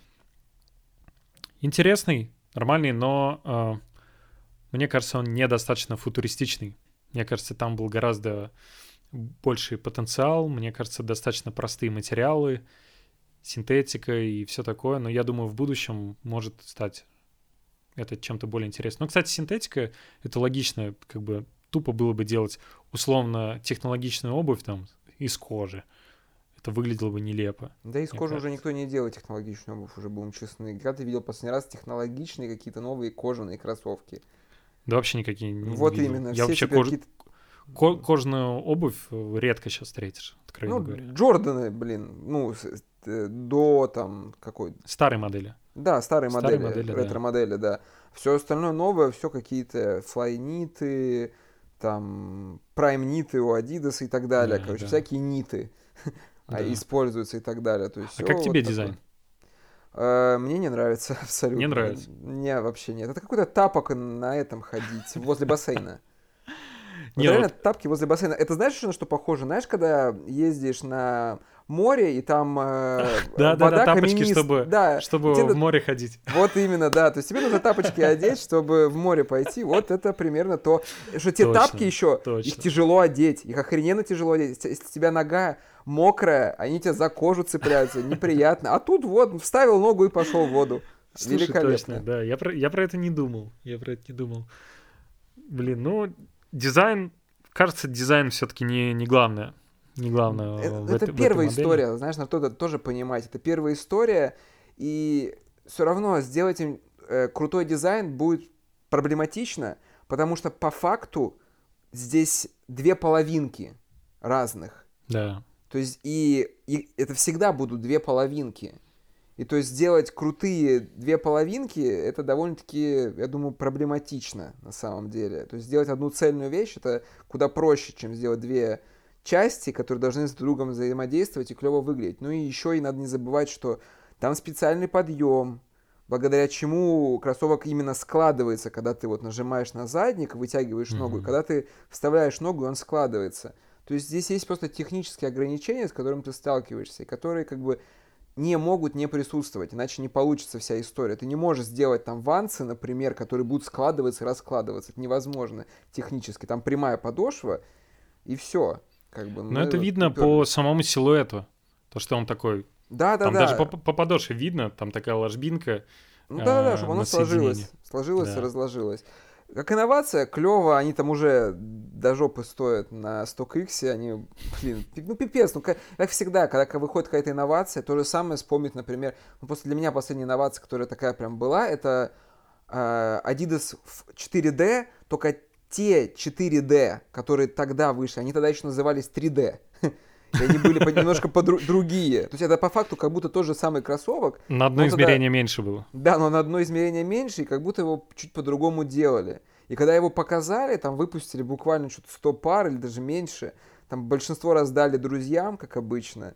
Интересный, нормальный, но а, мне кажется, он недостаточно футуристичный. Мне кажется, там был гораздо больший потенциал. Мне кажется, достаточно простые материалы, синтетика и все такое. Но я думаю, в будущем может стать это чем-то более интересным. Ну, кстати, синтетика — это логично, как бы тупо было бы делать условно технологичную обувь там из кожи. Это выглядело бы нелепо. Да из кожи кажется. Уже никто не делает технологичную обувь, уже будем честны. Когда ты видел последний раз технологичные какие-то новые кожаные кроссовки? Да вообще никакие не Вот видел. именно. Я вообще кож... Ко- кожаную обувь редко сейчас встретишь, откровенно ну, говоря. Джорданы, блин, ну, до там какой... Старой модели. Да, старые, старые модели, модели, ретро-модели, да. да. Все остальное новое, все какие-то флайниты, там, прайм-ниты у Adidas и так далее. Да, Короче, да. всякие ниты да. используются и так далее. То есть а как тебе вот дизайн? Такой. Мне не нравится абсолютно. Не нравится? Не, вообще нет. Это какой-то тапок на этом ходить, возле бассейна. Вот не, реально вот... тапки возле бассейна. Это знаешь, на что похоже? Знаешь, когда ездишь на море, и там э, да, вода да, да, тапочки, каменист... чтобы, да, чтобы тебе... в море ходить. Вот именно, да. То есть тебе нужно тапочки одеть, чтобы в море пойти. Вот это примерно то. Что те точно, тапки еще, точно. Их тяжело одеть. Их охрененно тяжело одеть. Если у тебя нога мокрая, они тебя за кожу цепляются. Неприятно. А тут вот вставил ногу и пошел в воду. Слушай, великолепно. Точно, да. Я про, я про это не думал. Я про это не думал. Блин, ну, дизайн... Кажется, дизайн все-таки не, не главное. Не главное это, в это этой, первая в этой история, знаешь, надо тоже, тоже понимать. Это первая история, и все равно сделать им э, крутой дизайн будет проблематично, потому что по факту здесь две половинки разных. Да. То есть и, и это всегда будут две половинки. И то есть сделать крутые две половинки, это довольно-таки, я думаю, проблематично на самом деле. То есть сделать одну цельную вещь, это куда проще, чем сделать две части, которые должны с другом взаимодействовать и клево выглядеть. Ну и еще и надо не забывать, что там специальный подъем, благодаря чему кроссовок именно складывается, когда ты вот нажимаешь на задник, вытягиваешь mm-hmm. ногу, и когда ты вставляешь ногу, он складывается. То есть здесь есть просто технические ограничения, с которыми ты сталкиваешься, и которые как бы не могут не присутствовать, иначе не получится вся история. Ты не можешь сделать там вансы, например, которые будут складываться и раскладываться. Это невозможно технически. Там прямая подошва, и все. Как бы, Но это видно уперлись. По самому силуэту. То, что он такой... Да, да, там да. даже по, по подошве видно, там такая ложбинка. Ну да, да, да, чтобы оно сложилось. Сложилось да. и разложилось. Как инновация, клево, они там уже до жопы стоят на StockX, они, блин, ну пипец, ну как, как всегда, когда выходит какая-то инновация, то же самое вспомнить, например, ну просто для меня последняя инновация, которая такая прям была, это э, Adidas четыре дэ, только те четыре дэ, которые тогда вышли, они тогда еще назывались три дэ. И они были немножко другие. То есть это по факту как будто тот же самый кроссовок. На одно измерение тогда... меньше было. Да, но на одно измерение меньше, и как будто его чуть по-другому делали. И когда его показали, там выпустили буквально что-то сто пар или даже меньше. Там большинство раздали друзьям, как обычно.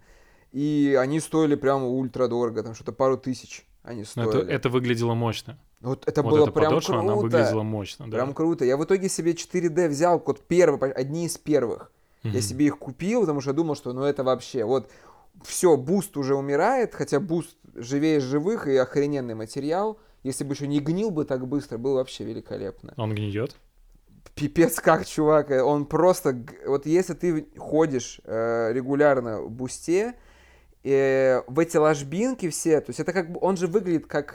И они стоили прямо ультра дорого, там что-то пару тысяч они стоили. Это, это выглядело мощно. Вот это вот было эта прям подошва, круто. Она выглядела мощно, да. Прям круто. Я в итоге себе четыре дэ взял, вот первый, одни из первых. Mm-hmm. Я себе их купил, потому что я думал, что ну это вообще, вот все, буст уже умирает, хотя буст живее живых и охрененный материал. Если бы еще не гнил бы так быстро, было вообще великолепно. Он гниет? Пипец как, чувак, он просто, вот если ты ходишь э, регулярно в бусте, э, в эти ложбинки все, то есть это как бы, он же выглядит как,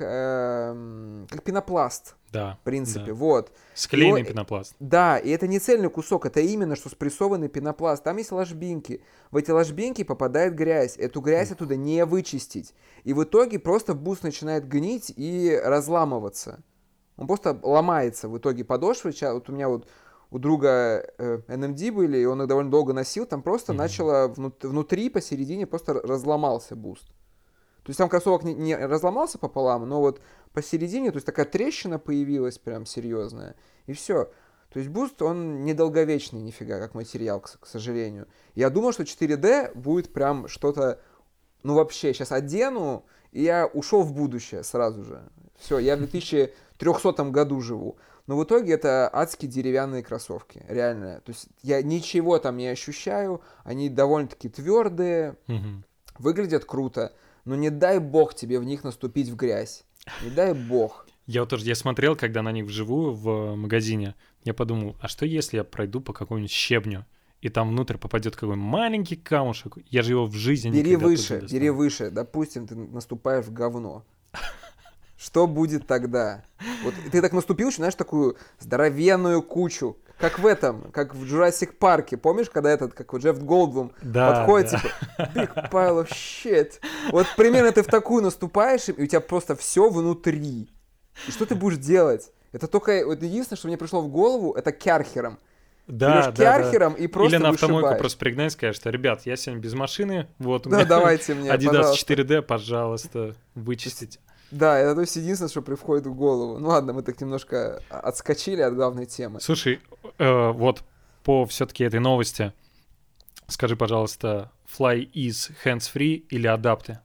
э, как пенопласт. Да, в принципе, да. вот. Склеенный Его, пенопласт. Да, и это не цельный кусок, это именно что спрессованный пенопласт. Там есть ложбинки. В эти ложбинки попадает грязь. Эту грязь оттуда не вычистить. И в итоге просто буст начинает гнить и разламываться. Он просто ломается в итоге подошвы. Вот у меня вот у друга э, эн эм ди были, и он их довольно долго носил, там просто mm-hmm. начало внут- внутри, посередине просто разломался буст. То есть там кроссовок не, не разломался пополам, но вот посередине, то есть такая трещина появилась прям серьезная, и все. То есть буст, он недолговечный нифига, как материал, к, к сожалению. Я думал, что четыре дэ будет прям что-то, ну вообще, сейчас одену, и я ушел в будущее сразу же. Все, я в две тысячи трехсотом году живу. Но в итоге это адские деревянные кроссовки, реально. То есть я ничего там не ощущаю, они довольно-таки твердые, Угу. выглядят круто, но не дай бог тебе в них наступить в грязь. Не дай бог. Я вот тоже, я смотрел, когда на них вживую в магазине, я подумал, а что если я пройду по какому-нибудь щебню, и там внутрь попадет какой маленький камушек, я же его в жизни бери никогда выше, бери выше. Допустим, ты наступаешь в говно. Что будет тогда? Вот ты так наступил, знаешь, такую здоровенную кучу, как в этом, как в Jurassic Парке. Помнишь, когда этот, как вот Джефф Голдблум да, подходит, да. типа, big pile of shit. Вот примерно ты в такую наступаешь, и у тебя просто все внутри. И что ты будешь делать? Это только, вот единственное, что мне пришло в голову, это кярхером. Да, Берешь кярхером да. и просто Или на автомойку вышибаешь. просто пригнать и сказать, что, ребят, я сегодня без машины, вот у Да, меня давайте мне, Adidas пожалуйста. четыре дэ, пожалуйста, вычистите. Да, это то есть единственное, что приходит в голову. Ну ладно, мы так немножко отскочили от главной темы. Слушай, э, вот по все-таки этой новости, скажи, пожалуйста, Fly is hands-free или адапты?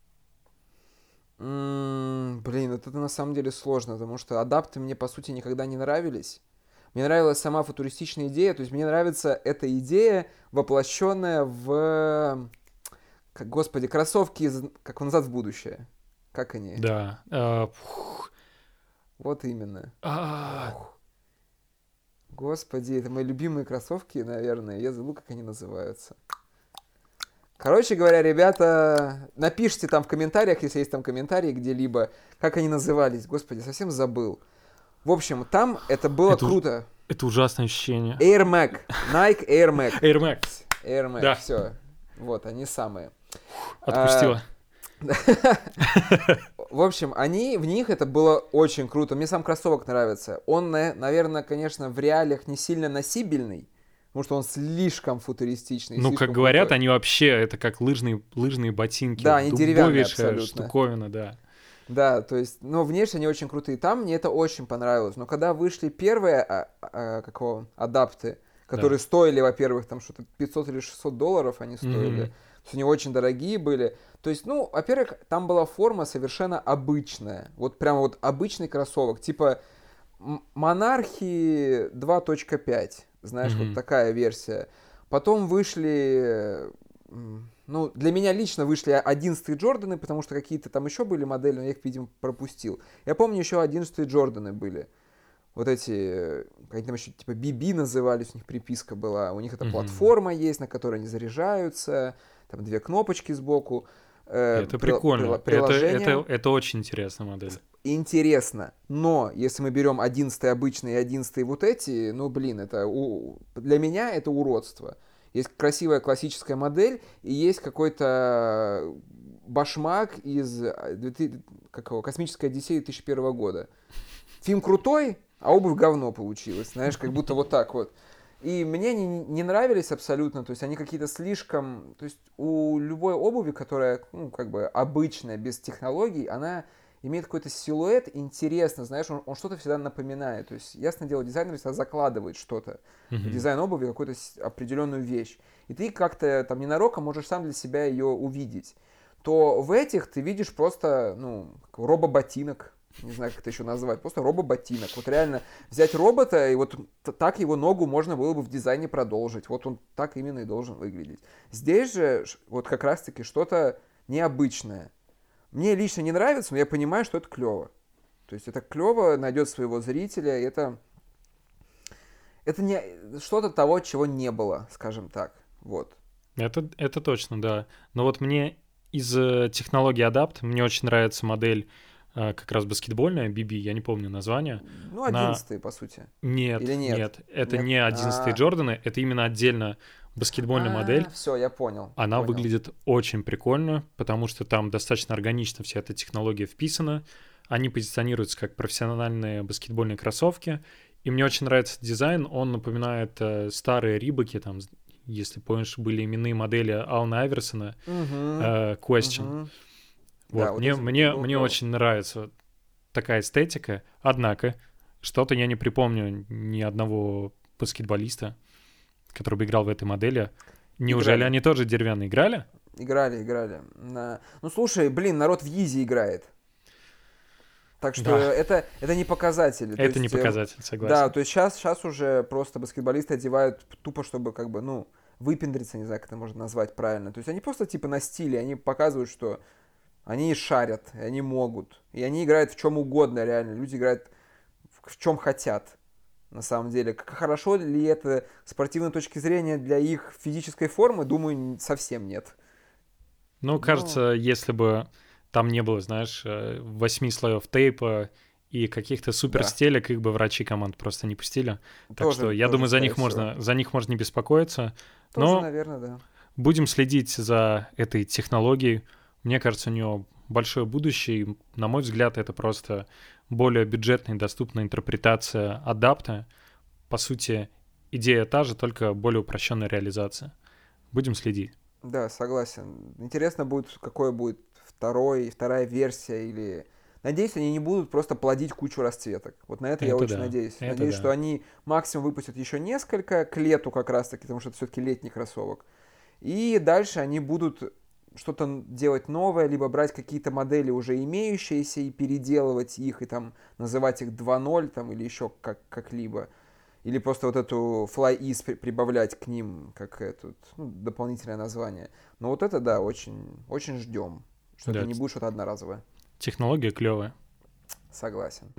М-м, блин, это на самом деле сложно, потому что адапты мне, по сути, никогда не нравились. Мне нравилась сама футуристичная идея, то есть мне нравится эта идея, воплощенная в, как, господи, кроссовки, из... как назад в будущее. Как они? Да. Э, вот именно. а, Ух. Господи, это мои любимые кроссовки, наверное. Я забыл, как они называются. Короче говоря, ребята, напишите там в комментариях, если есть там комментарии где-либо, как они назывались. Господи, совсем забыл. В общем, там это было Это круто. уж- Это ужасное ощущение. Air Max. Nike Air Max. Air Max. Air Max, Да. все. Вот, они самые. Отпустила. В общем, они, в них это было очень круто. Мне сам кроссовок нравится. Он, на- наверное, конечно, в реалиях не сильно носибельный, потому что он слишком футуристичный. Ну, слишком как говорят, крутой. они вообще, это как лыжные, лыжные ботинки. Да, они деревянные Дубовейшая абсолютно. штуковина, да. Да, то есть, но внешне они очень крутые. Там мне это очень понравилось. Но когда вышли первые а, а, как его, адапты, которые Да. стоили, во-первых, там что-то пятьсот или шестьсот долларов они стоили. Мгм. То есть они очень дорогие были. То есть, ну, во-первых, там была форма совершенно обычная. Вот прямо вот обычный кроссовок. Типа М- Монархи два точка пять. Знаешь, Мгм. вот такая версия. Потом вышли... м, Ну, для меня лично вышли одиннадцатые Джорданы, потому что какие-то там еще были модели, но я их, видимо, пропустил. Я помню, еще одиннадцатые Джорданы были. Вот эти, э, как там еще, типа би би назывались, у них приписка была. У них эта Мгм. платформа есть, на которой они заряжаются. Там две кнопочки сбоку. э, Это прил- прикольно. прил- Это, приложение. это, это очень интересная модель. Интересно. Но если мы берем одиннадцатый обычный и одиннадцатый вот эти, ну, блин, это у- для меня это уродство. Есть красивая классическая модель, и есть какой-то башмак из э, две тысячи как его, «Космическая Одиссея» две тысячи первого года. Фильм крутой, а обувь говно получилась, знаешь, как будто вот так вот. И мне они не нравились абсолютно, то есть они какие-то слишком... То есть у любой обуви, которая, ну, как бы обычная, без технологий, она имеет какой-то силуэт, интересно, знаешь, он, он что-то всегда напоминает. То есть, ясное дело, дизайнер всегда закладывает что-то. Мгм. В дизайн обуви какую-то с- определенную вещь. И ты как-то там ненароком можешь сам для себя ее увидеть. То в этих ты видишь просто, ну, как робоботинок. Не знаю, как это еще назвать. Просто робоботинок. Вот реально взять робота, и вот т- так его ногу можно было бы в дизайне продолжить. Вот он так именно и должен выглядеть. Здесь же ш- вот как раз-таки что-то необычное. Мне лично не нравится, но я понимаю, что это клево. То есть это клево, найдет своего зрителя, и это... Это не что-то того, чего не было, скажем так. Вот. Это, это точно, да. Но вот мне из э, технологии Adapt, мне очень нравится модель э, как раз баскетбольная, би би, я не помню название. Ну, Она- одиннадцатый, по сути. Нет, Или нет? нет, это Нет? не одиннадцатые А. Джорданы, это именно отдельно баскетбольная модель. Все, я понял. Она понял. выглядит очень прикольно, потому что там достаточно органично вся эта технология вписана. Они позиционируются как профессиональные баскетбольные кроссовки. И мне очень нравится дизайн, он напоминает э, старые Рибаки, там, если помнишь, были именные модели Алана Айверсона, Угу. э, Question. Угу. Вот, Да, вот мне, это мне, было мне клево. очень нравится такая эстетика, однако что-то я не припомню ни одного баскетболиста, который бы играл в этой модели. Неужели Играли. они тоже деревянные играли? Играли, играли. На... Ну, слушай, блин, народ в Изи играет. Так что Да. это, это не показатели. То Это не есть, э, показатель, согласен. Да, то есть сейчас, сейчас уже просто баскетболисты одевают тупо, чтобы как бы, ну, выпендриться, не знаю, как это можно назвать правильно. То есть они просто типа на стиле, они показывают, что они шарят, и они могут. И они играют в чем угодно, реально. Люди играют в, в чем хотят, на самом деле. Как хорошо ли это с спортивной точки зрения для их физической формы, думаю, совсем нет. Ну, кажется, Но... если бы там не было, знаешь, э, восьми слоев тейпа и каких-то суперстелек, Да. их бы врачи команд просто не пустили. Так Тоже, что я тоже, думаю, за скорее них можно, всего. за них можно не беспокоиться. Тоже, Но наверное, да. будем следить за этой технологией. Мне кажется, у нее большое будущее. И, на мой взгляд, это просто более бюджетная и доступная интерпретация адапта. По сути, идея та же, только более упрощенная реализация. Будем следить. Да, согласен. Интересно будет, какой будет второй, вторая версия или... Надеюсь, они не будут просто плодить кучу расцветок. Вот на это, это я очень да. надеюсь. Это надеюсь, да. что они максимум выпустят еще несколько к лету как раз-таки, потому что это все-таки летний кроссовок. И дальше они будут что-то делать новое, либо брать какие-то модели уже имеющиеся и переделывать их, и там называть их два ноль там, или еще как- как-либо. Или просто вот эту FlyEase при- прибавлять к ним, как это, ну, дополнительное название. Но вот это, да, очень, очень ждем, что Да. это не будет что-то одноразовое. Технология клевая. Согласен.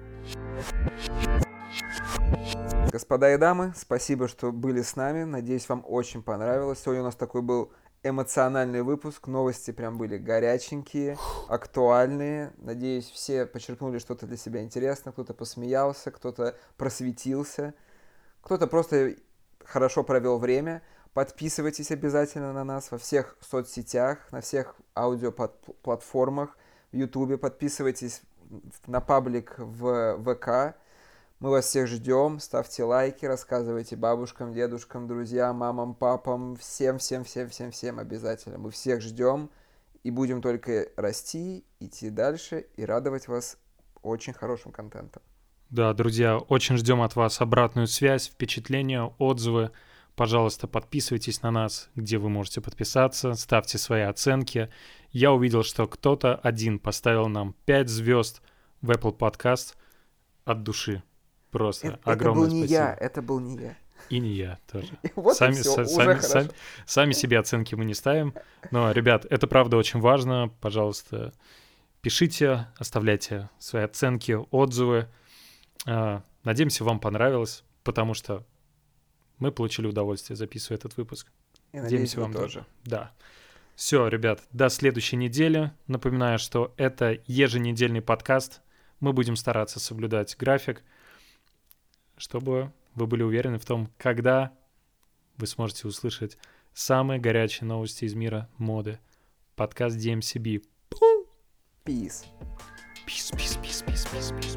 Господа и дамы, спасибо, что были с нами. Надеюсь, вам очень понравилось. Сегодня у нас такой был эмоциональный выпуск. Новости прям были горяченькие, актуальные. Надеюсь, все почерпнули что-то для себя интересное. Кто-то посмеялся, кто-то просветился, кто-то просто хорошо провел время. Подписывайтесь обязательно на нас во всех соцсетях, на всех аудиоплатформах, в Ютубе. Подписывайтесь на паблик в ВК. Мы вас всех ждем. Ставьте лайки, рассказывайте бабушкам, дедушкам, друзьям, мамам, папам. Всем, всем, всем, всем, всем обязательно. Мы всех ждем и будем только расти, идти дальше и радовать вас очень хорошим контентом. Да, друзья, очень ждем от вас обратную связь, впечатления, отзывы. Пожалуйста, подписывайтесь на нас, где вы можете подписаться, ставьте свои оценки. Я увидел, что кто-то один поставил нам пять звезд в Apple Podcast от души. Просто это, огромное это был не спасибо. я, это был не я. И не я тоже. Вот сами, и все, са- уже сами, хорошо. сами, сами себе оценки мы не ставим. Но, ребят, это правда очень важно. Пожалуйста, пишите, оставляйте свои оценки, отзывы. Надеемся, вам понравилось, потому что мы получили удовольствие, записывая этот выпуск. И надеюсь, Надеемся, вы вам тоже. тоже. Да. Все, ребят, до следующей недели. Напоминаю, что это еженедельный подкаст. Мы будем стараться соблюдать график, чтобы вы были уверены в том, когда вы сможете услышать самые горячие новости из мира моды. Подкаст ди эм си би. Peace. Peace, peace, peace, peace, peace, peace.